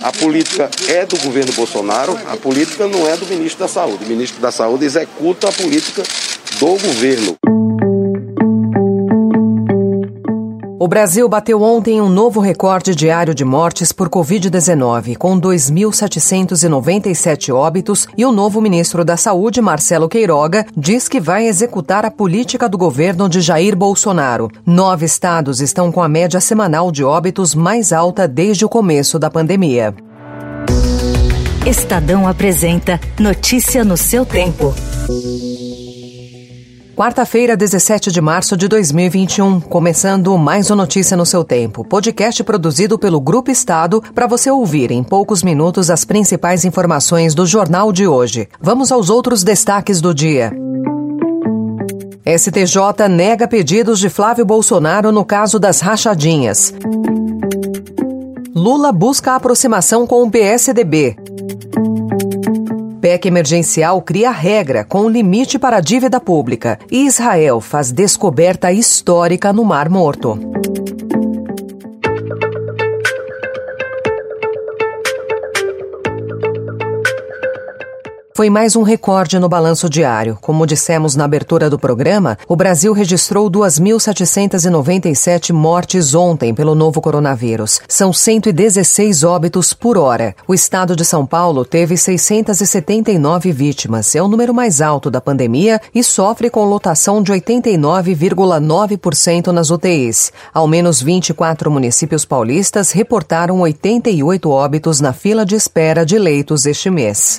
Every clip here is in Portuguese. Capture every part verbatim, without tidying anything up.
A política é do governo Bolsonaro, a política não é do ministro da Saúde. O ministro da Saúde executa a política do governo. O Brasil bateu ontem um novo recorde diário de mortes por covid dezenove, com dois mil setecentos e noventa e sete óbitos, e o novo ministro da Saúde, Marcelo Queiroga, diz que vai executar a política do governo de Jair Bolsonaro. Nove estados estão com a média semanal de óbitos mais alta desde o começo da pandemia. Estadão apresenta Notícia no seu tempo. Quarta-feira, dezessete de março de dois mil e vinte e um, começando mais um Notícia no seu tempo, podcast produzido pelo Grupo Estado para você ouvir em poucos minutos as principais informações do jornal de hoje. Vamos aos outros destaques do dia. S T J nega pedidos de Flávio Bolsonaro no caso das rachadinhas. Lula busca aproximação com o P S D B. P E C emergencial cria regra com limite para a dívida pública e Israel faz descoberta histórica no Mar Morto. Foi mais um recorde no balanço diário. Como dissemos na abertura do programa, o Brasil registrou duas mil setecentos e noventa e sete mortes ontem pelo novo coronavírus. São cento e dezesseis óbitos por hora. O estado de São Paulo teve seiscentos e setenta e nove vítimas. É o número mais alto da pandemia e sofre com lotação de oitenta e nove vírgula nove por cento nas U T Is. Ao menos vinte e quatro municípios paulistas reportaram oitenta e oito óbitos na fila de espera de leitos este mês.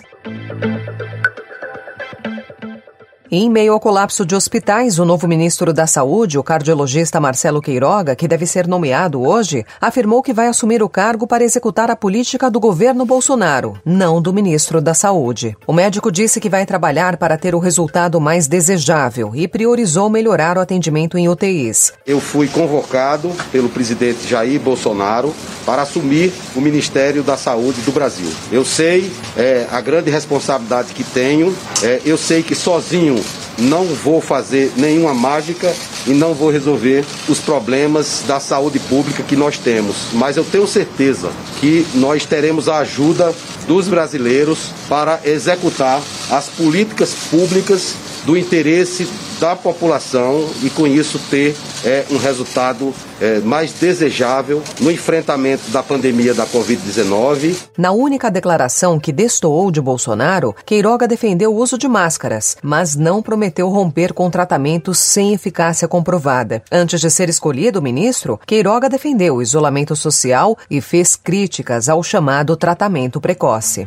Em meio ao colapso de hospitais, o novo ministro da Saúde, o cardiologista Marcelo Queiroga, que deve ser nomeado hoje, afirmou que vai assumir o cargo para executar a política do governo Bolsonaro, não do ministro da Saúde. O médico disse que vai trabalhar para ter o resultado mais desejável e priorizou melhorar o atendimento em U T Is. Eu fui convocado pelo presidente Jair Bolsonaro para assumir o Ministério da Saúde do Brasil. Eu sei é, a grande responsabilidade que tenho, é, eu sei que sozinho não vou fazer nenhuma mágica e não vou resolver os problemas da saúde pública que nós temos. Mas eu tenho certeza que nós teremos a ajuda dos brasileiros para executar as políticas públicas do interesse da população e com isso ter é, um resultado é, mais desejável no enfrentamento da pandemia da covid dezenove. Na única declaração que destoou de Bolsonaro, Queiroga defendeu o uso de máscaras, mas não prometeu romper com tratamentos sem eficácia comprovada. Antes de ser escolhido o ministro, Queiroga defendeu o isolamento social e fez críticas ao chamado tratamento precoce.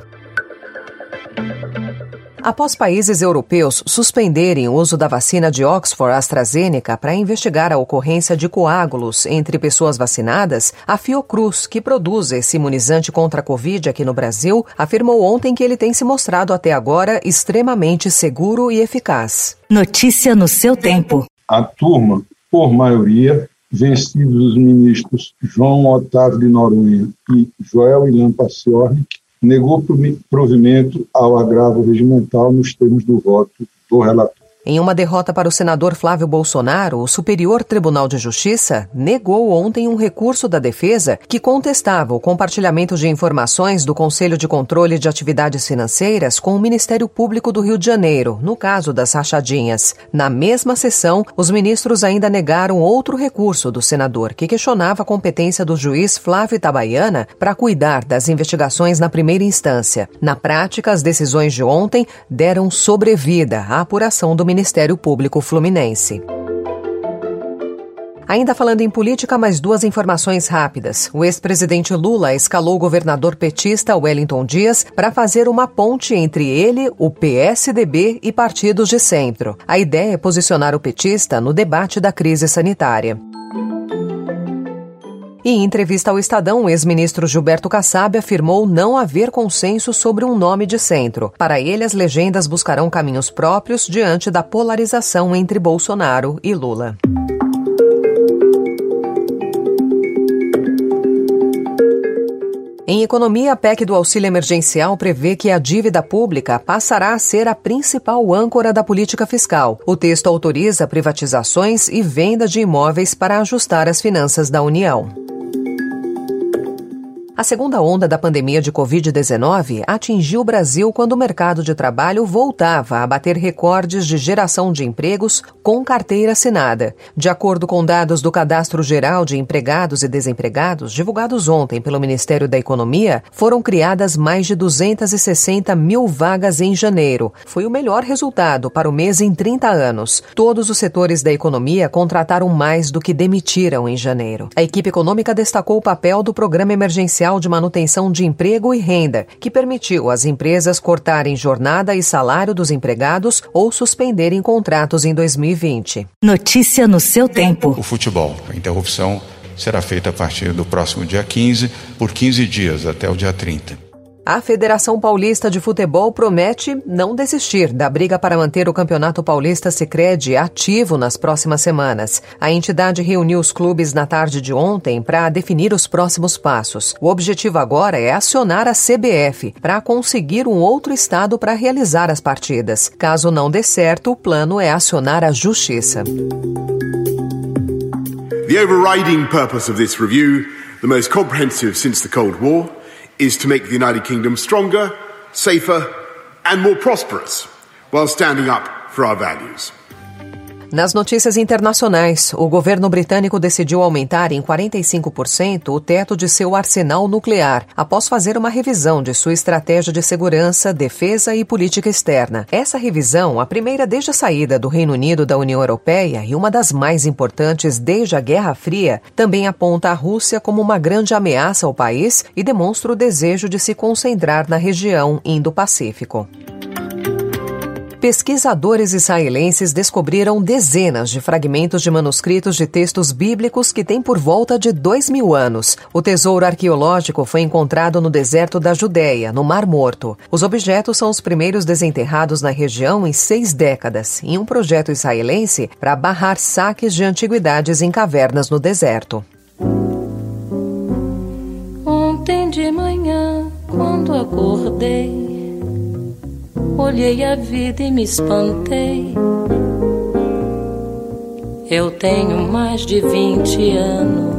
Após países europeus suspenderem o uso da vacina de Oxford AstraZeneca para investigar a ocorrência de coágulos entre pessoas vacinadas, a Fiocruz, que produz esse imunizante contra a Covid aqui no Brasil, afirmou ontem que ele tem se mostrado até agora extremamente seguro e eficaz. Notícia no seu tempo. A turma, por maioria, vencidos os ministros João Otávio de Noronha e Joel Ilan Paciornik, negou provimento ao agravo regimental nos termos do voto do relator. Em uma derrota para o senador Flávio Bolsonaro, o Superior Tribunal de Justiça negou ontem um recurso da defesa que contestava o compartilhamento de informações do Conselho de Controle de Atividades Financeiras com o Ministério Público do Rio de Janeiro, no caso das rachadinhas. Na mesma sessão, os ministros ainda negaram outro recurso do senador, que questionava a competência do juiz Flávio Itabaiana para cuidar das investigações na primeira instância. Na prática, as decisões de ontem deram sobrevida à apuração do Ministério Público Fluminense. Ainda falando em política, mais duas informações rápidas. O ex-presidente Lula escalou o governador petista Wellington Dias para fazer uma ponte entre ele, o P S D B e partidos de centro. A ideia é posicionar o petista no debate da crise sanitária. E em entrevista ao Estadão, o ex-ministro Gilberto Kassab afirmou não haver consenso sobre um nome de centro. Para ele, as legendas buscarão caminhos próprios diante da polarização entre Bolsonaro e Lula. Em economia, a P E C do auxílio emergencial prevê que a dívida pública passará a ser a principal âncora da política fiscal. O texto autoriza privatizações e venda de imóveis para ajustar as finanças da União. A segunda onda da pandemia de covid dezenove atingiu o Brasil quando o mercado de trabalho voltava a bater recordes de geração de empregos com carteira assinada. De acordo com dados do Cadastro Geral de Empregados e Desempregados, divulgados ontem pelo Ministério da Economia, foram criadas mais de duzentas e sessenta mil vagas em janeiro. Foi o melhor resultado para o mês em trinta anos. Todos os setores da economia contrataram mais do que demitiram em janeiro. A equipe econômica destacou o papel do Programa Emergencial de Manutenção de Emprego e Renda, que permitiu às empresas cortarem jornada e salário dos empregados ou suspenderem contratos em dois mil e vinte. Notícia no seu tempo. O futebol. A interrupção será feita a partir do próximo dia quinze, por quinze dias, até o dia trinta. A Federação Paulista de Futebol promete não desistir da briga para manter o Campeonato Paulista Sicredi ativo nas próximas semanas. A entidade reuniu os clubes na tarde de ontem para definir os próximos passos. O objetivo agora é acionar a C B F para conseguir um outro estado para realizar as partidas. Caso não dê certo, o plano é acionar a Justiça. The overriding purpose of this review, the most comprehensive since the Cold War, is to make the United Kingdom stronger, safer and more prosperous, while standing up for our values. Nas notícias internacionais, o governo britânico decidiu aumentar em quarenta e cinco por cento o teto de seu arsenal nuclear, após fazer uma revisão de sua estratégia de segurança, defesa e política externa. Essa revisão, a primeira desde a saída do Reino Unido da União Europeia e uma das mais importantes desde a Guerra Fria, também aponta a Rússia como uma grande ameaça ao país e demonstra o desejo de se concentrar na região Indo-Pacífico. Pesquisadores israelenses descobriram dezenas de fragmentos de manuscritos de textos bíblicos que têm por volta de dois mil anos. O tesouro arqueológico foi encontrado no deserto da Judéia, no Mar Morto. Os objetos são os primeiros desenterrados na região em seis décadas, em um projeto israelense para barrar saques de antiguidades em cavernas no deserto. Ontem de manhã, quando acordei, olhei a vida e me espantei. Eu tenho mais de vinte anos.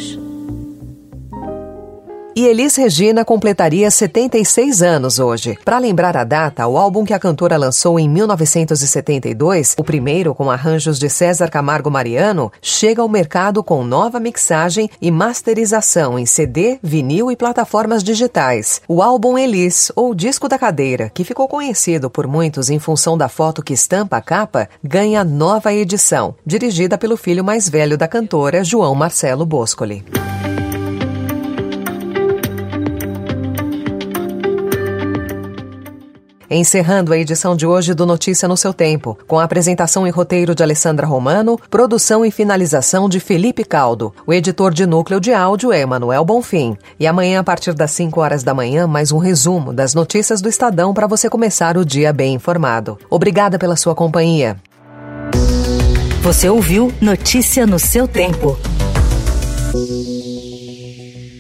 E Elis Regina completaria setenta e seis anos hoje. Para lembrar a data, o álbum que a cantora lançou em mil novecentos e setenta e dois, o primeiro com arranjos de César Camargo Mariano, chega ao mercado com nova mixagem e masterização em C D, vinil e plataformas digitais. O álbum Elis, ou Disco da Cadeira, que ficou conhecido por muitos em função da foto que estampa a capa, ganha nova edição, dirigida pelo filho mais velho da cantora, João Marcelo Boscoli. Encerrando a edição de hoje do Notícia no seu Tempo, com a apresentação e roteiro de Alessandra Romano, produção e finalização de Felipe Caldo. O editor de núcleo de áudio é Emanuel Bonfim. E amanhã, a partir das cinco horas da manhã, mais um resumo das notícias do Estadão para você começar o dia bem informado. Obrigada pela sua companhia. Você ouviu Notícia no seu Tempo.